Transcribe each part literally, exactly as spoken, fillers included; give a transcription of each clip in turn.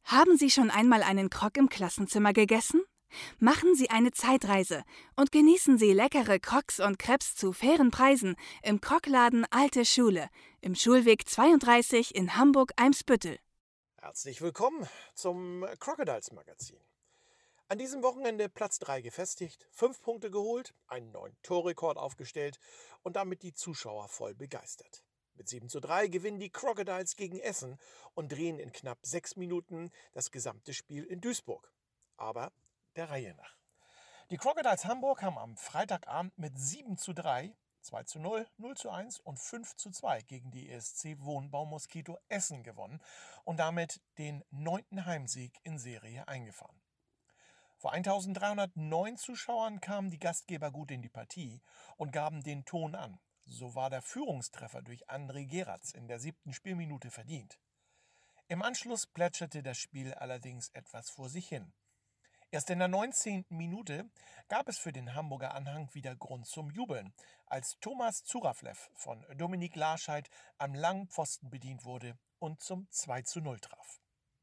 Haben Sie schon einmal einen Krog im Klassenzimmer gegessen? Machen Sie eine Zeitreise und genießen Sie leckere Crocs und Crepes zu fairen Preisen im Krogladen Alte Schule im Schulweg zweiunddreißig in Hamburg-Eimsbüttel. Herzlich willkommen zum Crocodiles Magazin. An diesem Wochenende Platz drei gefestigt, fünf Punkte geholt, einen neuen Torrekord aufgestellt und damit die Zuschauer voll begeistert. Mit sieben zu drei gewinnen die Crocodiles gegen Essen und drehen in knapp sechs Minuten das gesamte Spiel in Duisburg. Aber der Reihe nach. Die Crocodiles Hamburg haben am Freitagabend mit sieben zu drei, zwei zu null, null zu eins und fünf zu zwei gegen die E S C Wohnbau Moskito Essen gewonnen und damit den neunten Heimsieg in Serie eingefahren. Vor eintausenddreihundertneun Zuschauern kamen die Gastgeber gut in die Partie und gaben den Ton an. So war der Führungstreffer durch André Geratz in der siebten Spielminute verdient. Im Anschluss plätscherte das Spiel allerdings etwas vor sich hin. Erst in der neunzehnten Minute gab es für den Hamburger Anhang wieder Grund zum Jubeln, als Thomas Zuraflev von Dominik Larscheid am langen Pfosten bedient wurde und zum zwei zu null traf.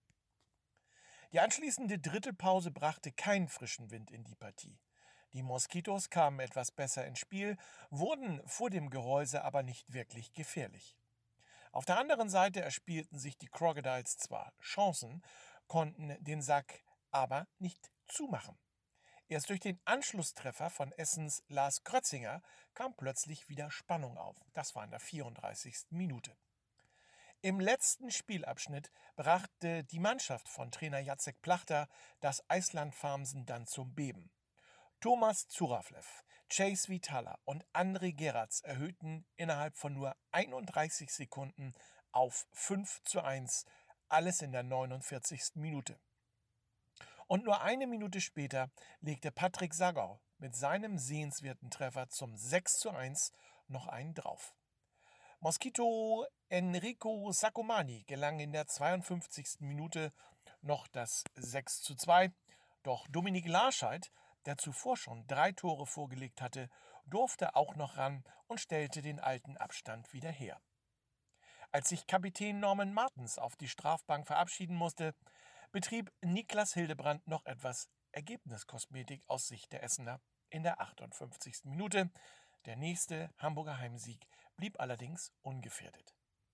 Die anschließende Drittelpause brachte keinen frischen Wind in die Partie. Die Moskitos kamen etwas besser ins Spiel, wurden vor dem Gehäuse aber nicht wirklich gefährlich. Auf der anderen Seite erspielten sich die Crocodiles zwar Chancen, konnten den Sack aber nicht zumachen. Erst durch den Anschlusstreffer von Essens Lars Krötzinger kam plötzlich wieder Spannung auf. Das war in der vierunddreißigsten Minute. Im letzten Spielabschnitt brachte die Mannschaft von Trainer Jacek Plachter das Eisland-Farmsen dann zum Beben. Thomas Zuraflev, Chase Vitala und André Geratz erhöhten innerhalb von nur einunddreißig Sekunden auf fünf zu eins, alles in der neunundvierzigsten Minute. Und nur eine Minute später legte Patrick Sagau mit seinem sehenswerten Treffer zum sechs zu eins noch einen drauf. Moskito Enrico Sacomani gelang in der zweiundfünfzigsten Minute noch das sechs zu zwei, doch Dominik Larscheid, der zuvor schon drei Tore vorgelegt hatte, durfte auch noch ran und stellte den alten Abstand wieder her. Als sich Kapitän Norman Martens auf die Strafbank verabschieden musste, betrieb Niklas Hildebrand noch etwas Ergebniskosmetik aus Sicht der Essener in der achtundfünfzigsten Minute. Der nächste Hamburger Heimsieg blieb allerdings ungefährdet.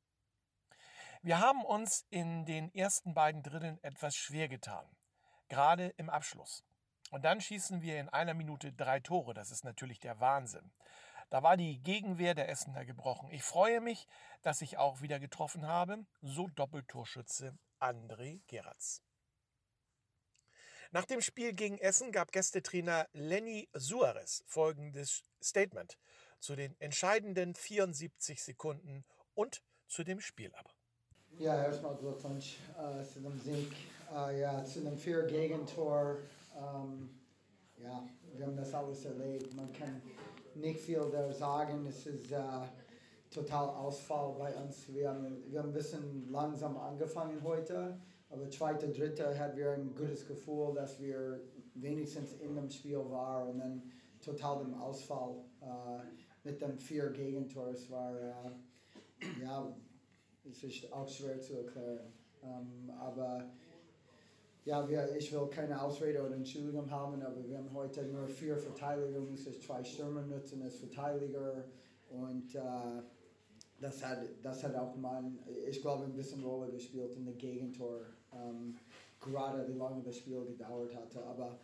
Wir haben uns in den ersten beiden Dritteln etwas schwer getan, gerade im Abschluss. Und dann schießen wir in einer Minute drei Tore, das ist natürlich der Wahnsinn. Da war die Gegenwehr der Essener gebrochen. Ich freue mich, dass ich auch wieder getroffen habe, so Doppeltorschütze André Geratz. Nach dem Spiel gegen Essen gab Gästetrainer Lenny Suarez folgendes Statement zu den entscheidenden vierundsiebzig Sekunden und zu dem Spiel ab. Ja, erstmal Glückwunsch äh, zu dem Sieg, äh, ja, zu dem vier Gegentor. Ähm, ja, wir haben das alles erlebt. Man kann nicht viel da sagen. Es ist äh, total Ausfall bei uns. Wir haben, wir haben ein bisschen langsam angefangen heute, aber zweite, dritte hatten wir ein gutes Gefühl, dass wir wenigstens in dem Spiel waren und dann total dem Ausfall äh, mit dem vier Gegentors Es war äh, ja, es ist auch schwer zu erklären. Um, aber ja, wir, ich will keine Ausrede oder Entschuldigung haben, aber wir haben heute nur vier Verteidiger, müssen zwei Stürmer nutzen als Verteidiger und uh, das, hat, das hat auch mal, ich glaube, ein bisschen Rolle gespielt in der Gegentor, um, gerade wie lange das Spiel gedauert hatte. Aber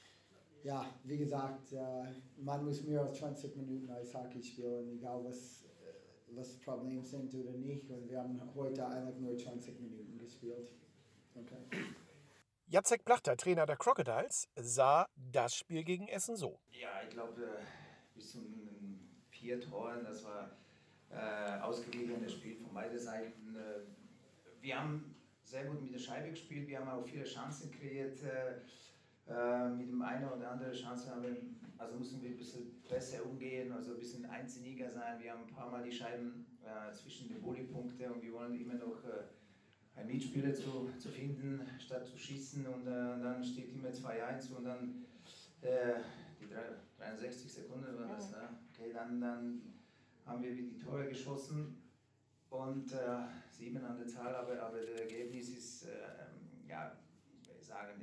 ja, wie gesagt, uh, man muss mehr als zwanzig Minuten Eishockey spielen, egal was was Probleme sind oder nicht. Und wir haben heute eigentlich nur zwanzig Minuten gespielt. Okay. Jacek Plachter, Trainer der Crocodiles, sah das Spiel gegen Essen so. Ja, ich glaube, bis zu vier Toren, das war äh, ausgeglichenes Spiel von beiden Seiten. Äh, wir haben sehr gut mit der Scheibe gespielt, wir haben auch viele Chancen kreiert. Äh, äh, mit dem einen oder anderen Chance haben wir, also müssen wir ein bisschen besser umgehen, also ein bisschen einsinniger sein. Wir haben ein paar Mal die Scheiben äh, zwischen den Bulli-Punkte und wir wollen immer noch äh, einen Mitspieler zu, zu finden, statt zu schießen und äh, dann steht immer zwei eins und dann äh, die dreiundsechzig Sekunden war das, ja. Okay, dann, dann haben wir die Tore geschossen und äh, sieben an der Zahl, aber, aber das Ergebnis ist äh, ja,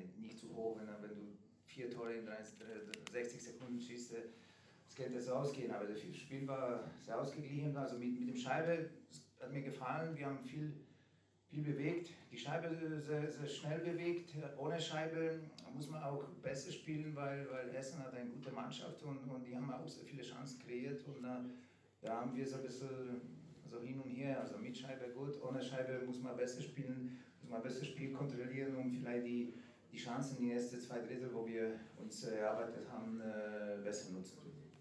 nicht, nicht zu hoch, wenn, wenn du vier Tore in sechzig Sekunden schießt. Das könnte so ausgehen, aber das Spiel war sehr ausgeglichen. Also mit, mit dem Scheibe hat mir gefallen, wir haben viel, viel bewegt. Die Scheibe sehr, sehr schnell bewegt. Ohne Scheibe muss man auch besser spielen, weil, weil Essen hat eine gute Mannschaft und, und die haben auch sehr viele Chancen kreiert. Und da ja, haben wir so ein bisschen so hin und her. Also mit Scheibe gut, ohne Scheibe muss man besser spielen, muss man besser Spiel kontrollieren und vielleicht die, die Chancen in den ersten zwei Drittel, wo wir uns erarbeitet haben, besser nutzen.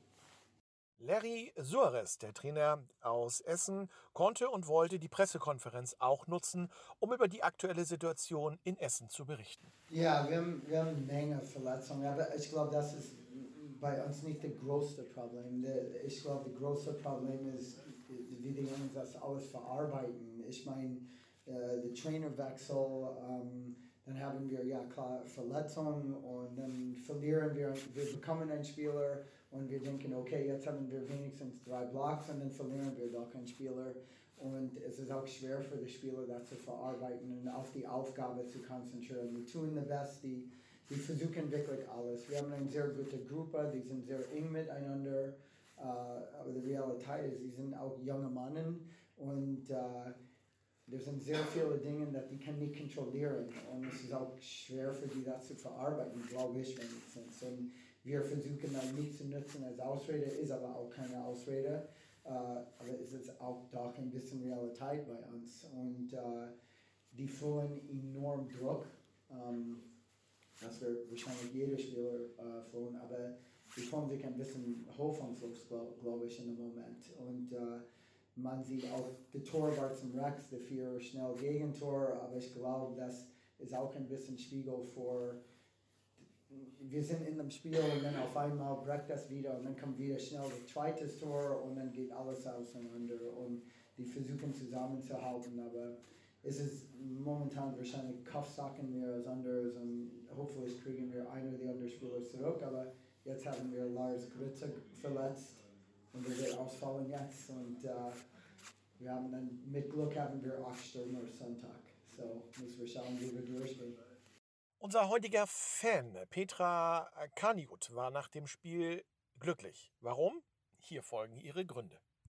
Larry Suarez, der Trainer aus Essen, konnte und wollte die Pressekonferenz auch nutzen, um über die aktuelle Situation in Essen zu berichten. Ja, wir haben, wir haben eine Menge Verletzungen, aber ich glaube, das ist bei uns nicht das größte Problem. Ich glaube, das größte Problem ist, wie die Jungs das alles verarbeiten. Ich meine, äh, der Trainerwechsel, ähm, dann haben wir ja klar Verletzungen und dann verlieren wir, wir bekommen einen Spieler und wir denken, okay, jetzt haben wir wenigstens drei Blocks und dann verlieren wir doch einen Spieler. Und es ist auch schwer für die Spieler, das zu verarbeiten und auf die Aufgabe zu konzentrieren. Wir tun das Beste, die, die versuchen wirklich alles. Wir haben eine sehr gute Gruppe, die sind sehr eng miteinander. Uh, aber die Realität ist, sie sind auch junge Männer und uh, es sind sehr viele Dinge, die die nicht kontrollieren und es ist auch schwer für die das zu verarbeiten, glaube ich wenigstens. Und wir versuchen das nicht zu nutzen als Ausrede, ist aber auch keine Ausrede, uh, aber es ist auch doch ein bisschen Realität bei uns und uh, die fühlen enorm Druck, um, das wird wahrscheinlich jeder Spieler uh, fühlen, aber die fühlen sich ein bisschen hoffnungslos, glaube glaub ich, in dem Moment. Und uh, man sieht auch die Torwart zum Rex, die vier schnell Gegentor, aber ich glaube, das ist auch ein bisschen Spiegel vor, wir sind in dem Spiel und dann auf einmal bricht das wieder und dann kommt wieder schnell das zweite Tor und dann geht alles auseinander und die versuchen zusammenzuhalten, aber es ist momentan wahrscheinlich Kopfsachen mehr als anderes und hoffentlich kriegen wir einen oder die anderen Spieler zurück, aber jetzt haben wir Lars Grütze verletzt und er wird ausfallen jetzt und uh, wir haben dann mit Glück haben wir acht Stürmer Sonntag, so müssen wir schauen, wie wir durchgehen. Unser heutiger Fan, Petra Kaniut, war nach dem Spiel glücklich. Warum? Hier folgen ihre Gründe.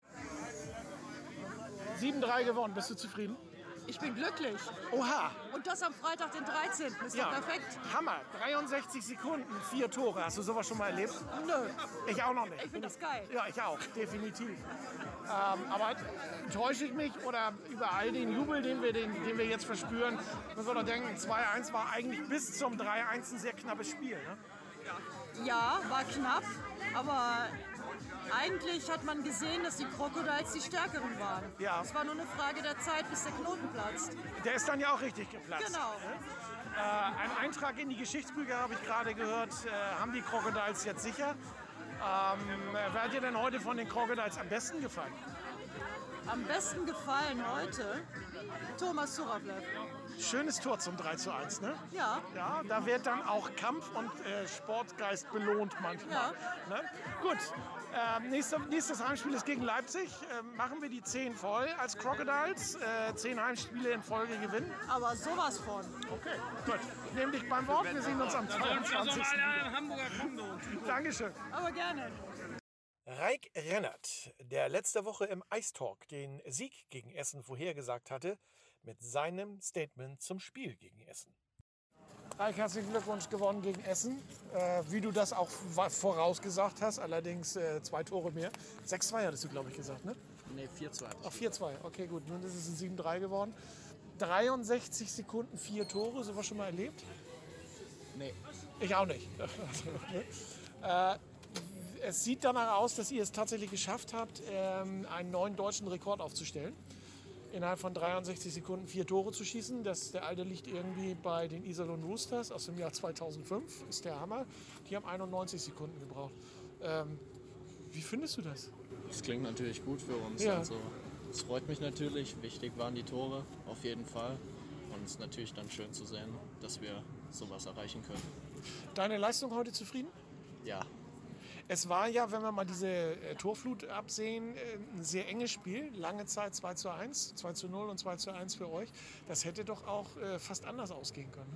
sieben drei gewonnen, bist du zufrieden? Ich bin glücklich. Oha! Und das am Freitag, den dreizehnten Ist ja, doch perfekt. Hammer. dreiundsechzig Sekunden, vier Tore. Hast du sowas schon mal erlebt? Nö. Ich auch noch nicht. Ich finde das geil. Ja, ich auch. Definitiv. Ähm, aber täusche ich mich oder über all den Jubel, den wir, den, den wir jetzt verspüren, müssen wir doch denken, zwei eins war eigentlich bis zum drei eins ein sehr knappes Spiel, ne? Ja, war knapp, aber eigentlich hat man gesehen, dass die Crocodiles die Stärkeren waren. Ja. Es war nur eine Frage der Zeit, bis der Knoten platzt. Der ist dann ja auch richtig geplatzt. Genau. Äh, ein Eintrag in die Geschichtsbücher, habe ich gerade gehört, äh, haben die Crocodiles jetzt sicher. Ähm, wer hat dir denn heute von den Crocodiles am besten gefallen? Am besten gefallen heute Thomas Suravlev. Schönes Tor zum drei zu eins, ne? Ja. Ja, da wird dann auch Kampf und äh, Sportgeist belohnt manchmal. Ja. Ne? Gut, ähm, nächstes, nächstes Heimspiel ist gegen Leipzig. Ähm, machen wir die zehn voll als Crocodiles. Äh, zehn Heimspiele in Folge gewinnen. Aber sowas von. Okay, gut. Ich nehme dich beim Wort. Wir sehen uns am zweiundzwanzigsten wieder. Hamburger Kongo. Dankeschön. Aber gerne. Raik Rennert, der letzte Woche im Ice Talk den Sieg gegen Essen vorhergesagt hatte, mit seinem Statement zum Spiel gegen Essen. Raik, herzlichen Glückwunsch, gewonnen gegen Essen. Äh, wie du das auch vorausgesagt hast, allerdings äh, zwei Tore mehr. sechs zwei hattest du, glaube ich, gesagt, ne? Ne, vier zwei. Ach, vier zwei, okay, gut. Nun ist es ein sieben drei geworden. dreiundsechzig Sekunden, vier Tore, sowas schon mal erlebt? Nee. Ich auch nicht. äh, Es sieht danach aus, dass ihr es tatsächlich geschafft habt, ähm, einen neuen deutschen Rekord aufzustellen. Innerhalb von dreiundsechzig Sekunden vier Tore zu schießen. Das, der alte liegt irgendwie bei den Iserlohn Roosters aus dem Jahr zweitausendfünf. Ist der Hammer. Die haben einundneunzig Sekunden gebraucht. Ähm, wie findest du das? Das klingt natürlich gut für uns. Ja. Also, es freut mich natürlich. Wichtig waren die Tore, auf jeden Fall. Und es ist natürlich dann schön zu sehen, dass wir sowas erreichen können. Deine Leistung heute zufrieden? Ja. Es war ja, wenn wir mal diese äh, Torflut absehen, äh, ein sehr enges Spiel. Lange Zeit zwei zu eins, zwei zu null und zwei zu eins für euch. Das hätte doch auch äh, fast anders ausgehen können.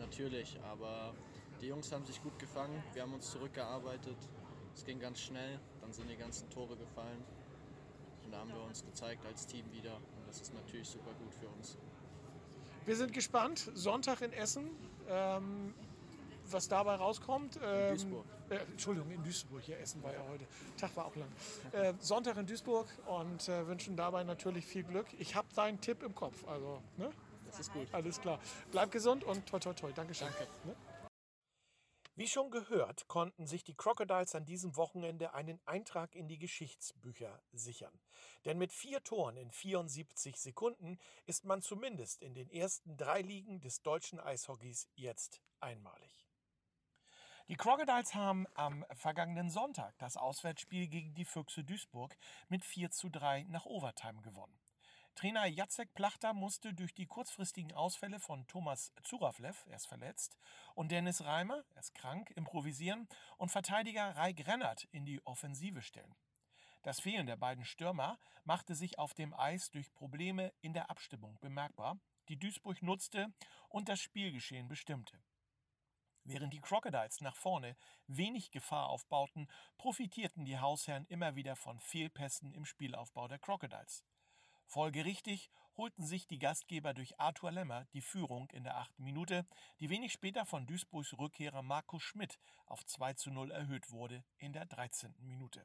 natürlich, aber die Jungs haben sich gut gefangen, wir haben uns zurückgearbeitet, es ging ganz schnell, dann sind die ganzen Tore gefallen und da haben wir uns gezeigt als Team wieder und das ist natürlich super gut für uns. Wir sind gespannt, Sonntag in Essen, ähm, was dabei rauskommt. Ähm, in Duisburg. Äh, Entschuldigung, in Duisburg, ja, Essen war ja heute, Tag war auch lang. Äh, Sonntag in Duisburg und äh, wünschen dabei natürlich viel Glück. Ich habe deinen Tipp im Kopf, also, ne? Das ist gut. Alles klar. Bleib gesund und toi toi toi. Dankeschön. Danke. Ne? Wie schon gehört, konnten sich die Crocodiles an diesem Wochenende einen Eintrag in die Geschichtsbücher sichern. Denn mit vier Toren in vierundsiebzig Sekunden ist man zumindest in den ersten drei Ligen des deutschen Eishockeys jetzt einmalig. Die Crocodiles haben am vergangenen Sonntag das Auswärtsspiel gegen die Füchse Duisburg mit vier zu drei nach Overtime gewonnen. Trainer Jacek Plachter musste durch die kurzfristigen Ausfälle von Thomas Zuraflev, er ist verletzt, und Dennis Reimer, er ist krank, improvisieren und Verteidiger Raik Rennert in die Offensive stellen. Das Fehlen der beiden Stürmer machte sich auf dem Eis durch Probleme in der Abstimmung bemerkbar, die Duisburg nutzte und das Spielgeschehen bestimmte. Während die Crocodiles nach vorne wenig Gefahr aufbauten, profitierten die Hausherren immer wieder von Fehlpässen im Spielaufbau der Crocodiles. Folgerichtig holten sich die Gastgeber durch Arthur Lemmer die Führung in der achten Minute, die wenig später von Duisburgs Rückkehrer Markus Schmidt auf zwei zu null erhöht wurde in der dreizehnten Minute.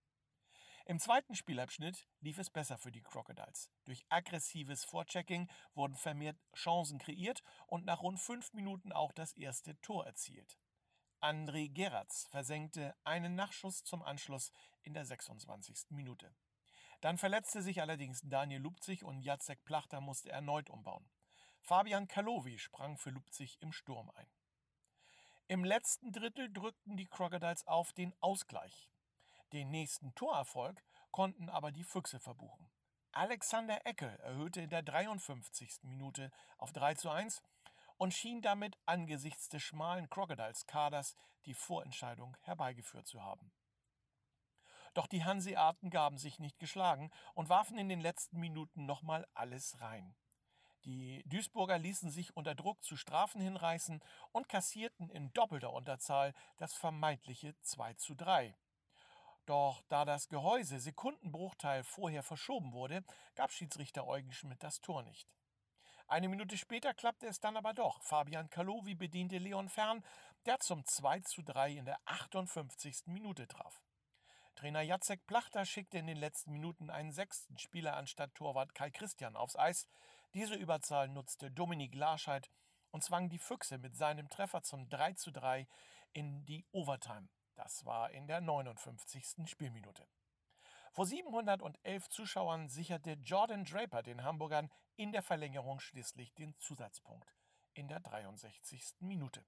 Im zweiten Spielabschnitt lief es besser für die Crocodiles. Durch aggressives Vorchecking wurden vermehrt Chancen kreiert und nach rund fünf Minuten auch das erste Tor erzielt. André Geratz versenkte einen Nachschuss zum Anschluss in der sechsundzwanzigsten Minute. Dann verletzte sich allerdings Daniel Lupzig und Jacek Plachter musste erneut umbauen. Fabian Kalowi sprang für Lupzig im Sturm ein. Im letzten Drittel drückten die Crocodiles auf den Ausgleich. Den nächsten Torerfolg konnten aber die Füchse verbuchen. Alexander Eckel erhöhte in der dreiundfünfzigsten Minute auf drei zu eins und schien damit angesichts des schmalen Crocodiles-Kaders die Vorentscheidung herbeigeführt zu haben. Doch die Hanseaten gaben sich nicht geschlagen und warfen in den letzten Minuten nochmal alles rein. Die Duisburger ließen sich unter Druck zu Strafen hinreißen und kassierten in doppelter Unterzahl das vermeintliche zwei zu drei. Doch da das Gehäuse Sekundenbruchteil vorher verschoben wurde, gab Schiedsrichter Eugen Schmidt das Tor nicht. Eine Minute später klappte es dann aber doch. Fabian Kalowi bediente Leon Fern, der zum zwei zu drei in der achtundfünfzigsten Minute traf. Trainer Jacek Plachter schickte in den letzten Minuten einen sechsten Spieler anstatt Torwart Kai Christian aufs Eis. Diese Überzahl nutzte Dominik Larscheid und zwang die Füchse mit seinem Treffer zum drei zu drei in die Overtime. Das war in der neunundfünfzigsten Spielminute. Vor siebenhundertelf Zuschauern sicherte Jordan Draper den Hamburgern in der Verlängerung schließlich den Zusatzpunkt in der dreiundsechzigsten Minute.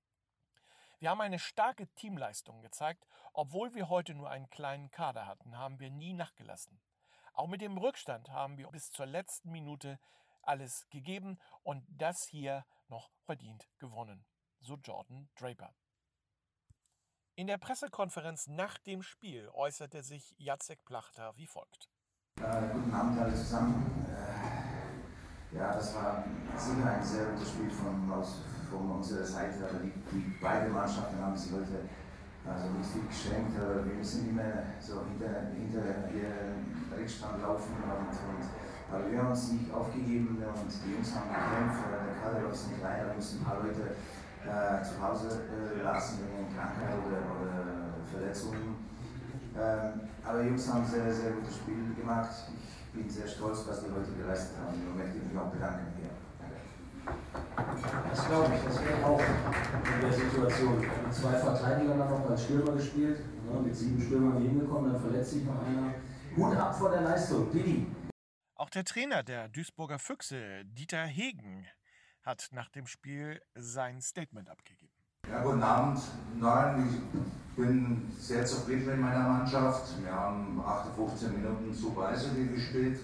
Wir haben eine starke Teamleistung gezeigt. Obwohl wir heute nur einen kleinen Kader hatten, haben wir nie nachgelassen. Auch mit dem Rückstand haben wir bis zur letzten Minute alles gegeben und das hier noch verdient gewonnen, so Jordan Draper. In der Pressekonferenz nach dem Spiel äußerte sich Jacek Plachter wie folgt. Äh, guten Abend alle zusammen. Äh, ja, das war sicher ein sehr gutes Spiel von, aus, von unserer Seite. Aber die, die beide Mannschaften haben sich heute also nicht viel geschenkt. Aber wir müssen immer so hinter, hinter ihren Rückstand laufen. Und, und, aber wir haben uns nicht aufgegeben und die Jungs haben gekämpft. Der Kader war ein bisschen kleiner, wir mussten ein paar Leute äh, zu Hause äh, lassen wegen Krankheit oder, oder Verletzungen. Ähm, aber die Jungs haben ein sehr, sehr gutes Spiel gemacht. Ich bin sehr stolz, was die heute geleistet haben. Und möchte mich auch bedanken hier. Danke. Das glaube ich, das wäre auch in der Situation. Mit zwei Verteidigern dann noch als Stürmer gespielt, ne, mit sieben Stürmern hingekommen, dann verletzt sich noch einer. Hut ab vor der Leistung, Didi. Auch der Trainer der Duisburger Füchse, Dieter Hegen, hat nach dem Spiel sein Statement abgegeben. Ja, guten Abend. Nein, ich bin sehr zufrieden mit meiner Mannschaft. Wir haben achtundfünfzig Minuten super Eishockey gespielt.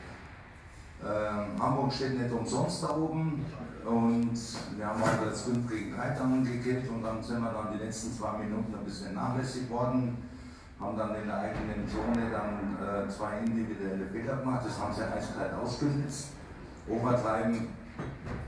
Ähm, Hamburg steht nicht umsonst da oben und wir haben auch jetzt fünf gegen drei dann gekippt und dann sind wir dann die letzten zwei Minuten ein bisschen nachlässig worden, haben dann in der eigenen Zone dann äh, zwei individuelle Fehler gemacht, das haben sie eiskalt ausgenutzt. Overtime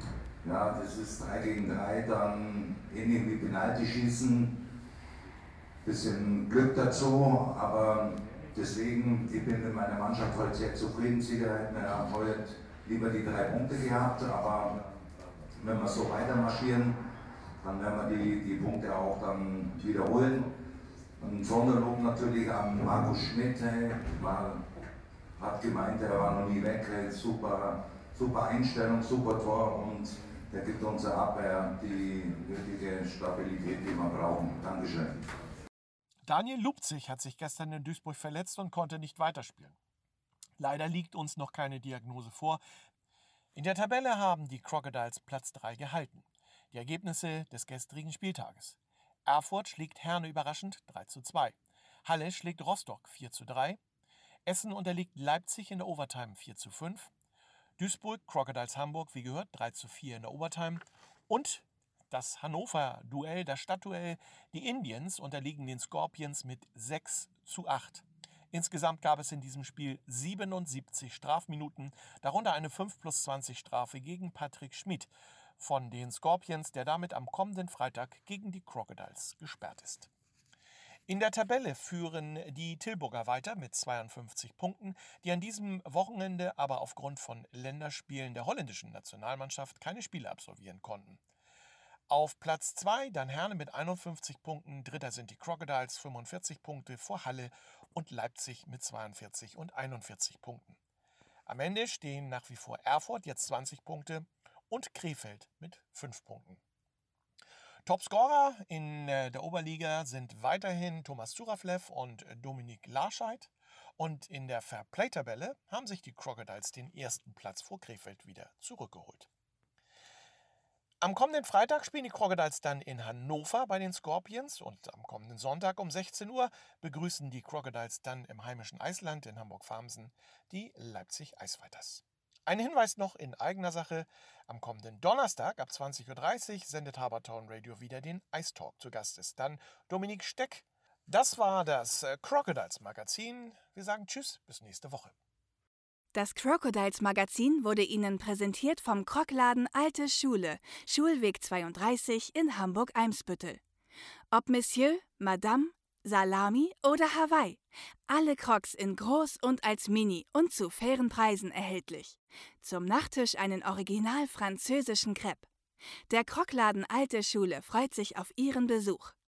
Ja, das ist drei gegen drei, dann ähnlich wie Penalty schießen. Bisschen Glück dazu, aber deswegen, ich bin mit meiner Mannschaft heute sehr zufrieden. Sicher hätten wir heute lieber die drei Punkte gehabt, aber wenn wir so weiter marschieren, dann werden wir die, die Punkte auch dann wiederholen. Und Sonderlob natürlich an Markus Schmidt, hey, war, hat gemeint, er war noch nie weg, hey, super, super Einstellung, super Tor und der gibt unserer Abwehr die wirkliche Stabilität, die wir brauchen. Dankeschön. Daniel Lupzig hat sich gestern in Duisburg verletzt und konnte nicht weiterspielen. Leider liegt uns noch keine Diagnose vor. In der Tabelle haben die Crocodiles Platz drei gehalten. Die Ergebnisse des gestrigen Spieltages. Erfurt schlägt Herne überraschend drei zu zwei. Halle schlägt Rostock vier zu drei. Essen unterliegt Leipzig in der Overtime vier zu fünf. Duisburg, Crocodiles Hamburg, wie gehört, drei zu vier in der Overtime. Und das Hannover-Duell, das Stadtduell, die Indians unterliegen den Scorpions mit sechs zu acht. Insgesamt gab es in diesem Spiel siebenundsiebzig Strafminuten, darunter eine fünf plus zwanzig Strafe gegen Patrick Schmid von den Scorpions, der damit am kommenden Freitag gegen die Crocodiles gesperrt ist. In der Tabelle führen die Tilburger weiter mit zweiundfünfzig Punkten, die an diesem Wochenende aber aufgrund von Länderspielen der holländischen Nationalmannschaft keine Spiele absolvieren konnten. Auf Platz zwei dann Herne mit einundfünfzig Punkten, dritter sind die Crocodiles, fünfundvierzig Punkte vor Halle und Leipzig mit zweiundvierzig und einundvierzig Punkten. Am Ende stehen nach wie vor Erfurt, jetzt zwanzig Punkte, und Krefeld mit fünf Punkten. Topscorer in der Oberliga sind weiterhin Thomas Zuraflev und Dominik Larscheid. Und in der Fairplay-Tabelle haben sich die Crocodiles den ersten Platz vor Krefeld wieder zurückgeholt. Am kommenden Freitag spielen die Crocodiles dann in Hannover bei den Scorpions und am kommenden Sonntag um sechzehn Uhr begrüßen die Crocodiles dann im heimischen Eisland in Hamburg-Farmsen die Leipzig Eisfighters. Ein Hinweis noch in eigener Sache. Am kommenden Donnerstag ab zwanzig Uhr dreißig sendet Habertown Radio wieder den Ice Talk. Zu Gast ist dann Dominik Steck. Das war das Crocodiles Magazin. Wir sagen Tschüss, bis nächste Woche. Das Crocodiles Magazin wurde Ihnen präsentiert vom Crocladen Alte Schule, Schulweg zweiunddreißig in Hamburg-Eimsbüttel. Ob Monsieur, Madame, Salami oder Hawaii. Alle Crocs in groß und als Mini und zu fairen Preisen erhältlich. Zum Nachtisch einen original französischen Crepe. Der Crocladen Alte Schule freut sich auf Ihren Besuch.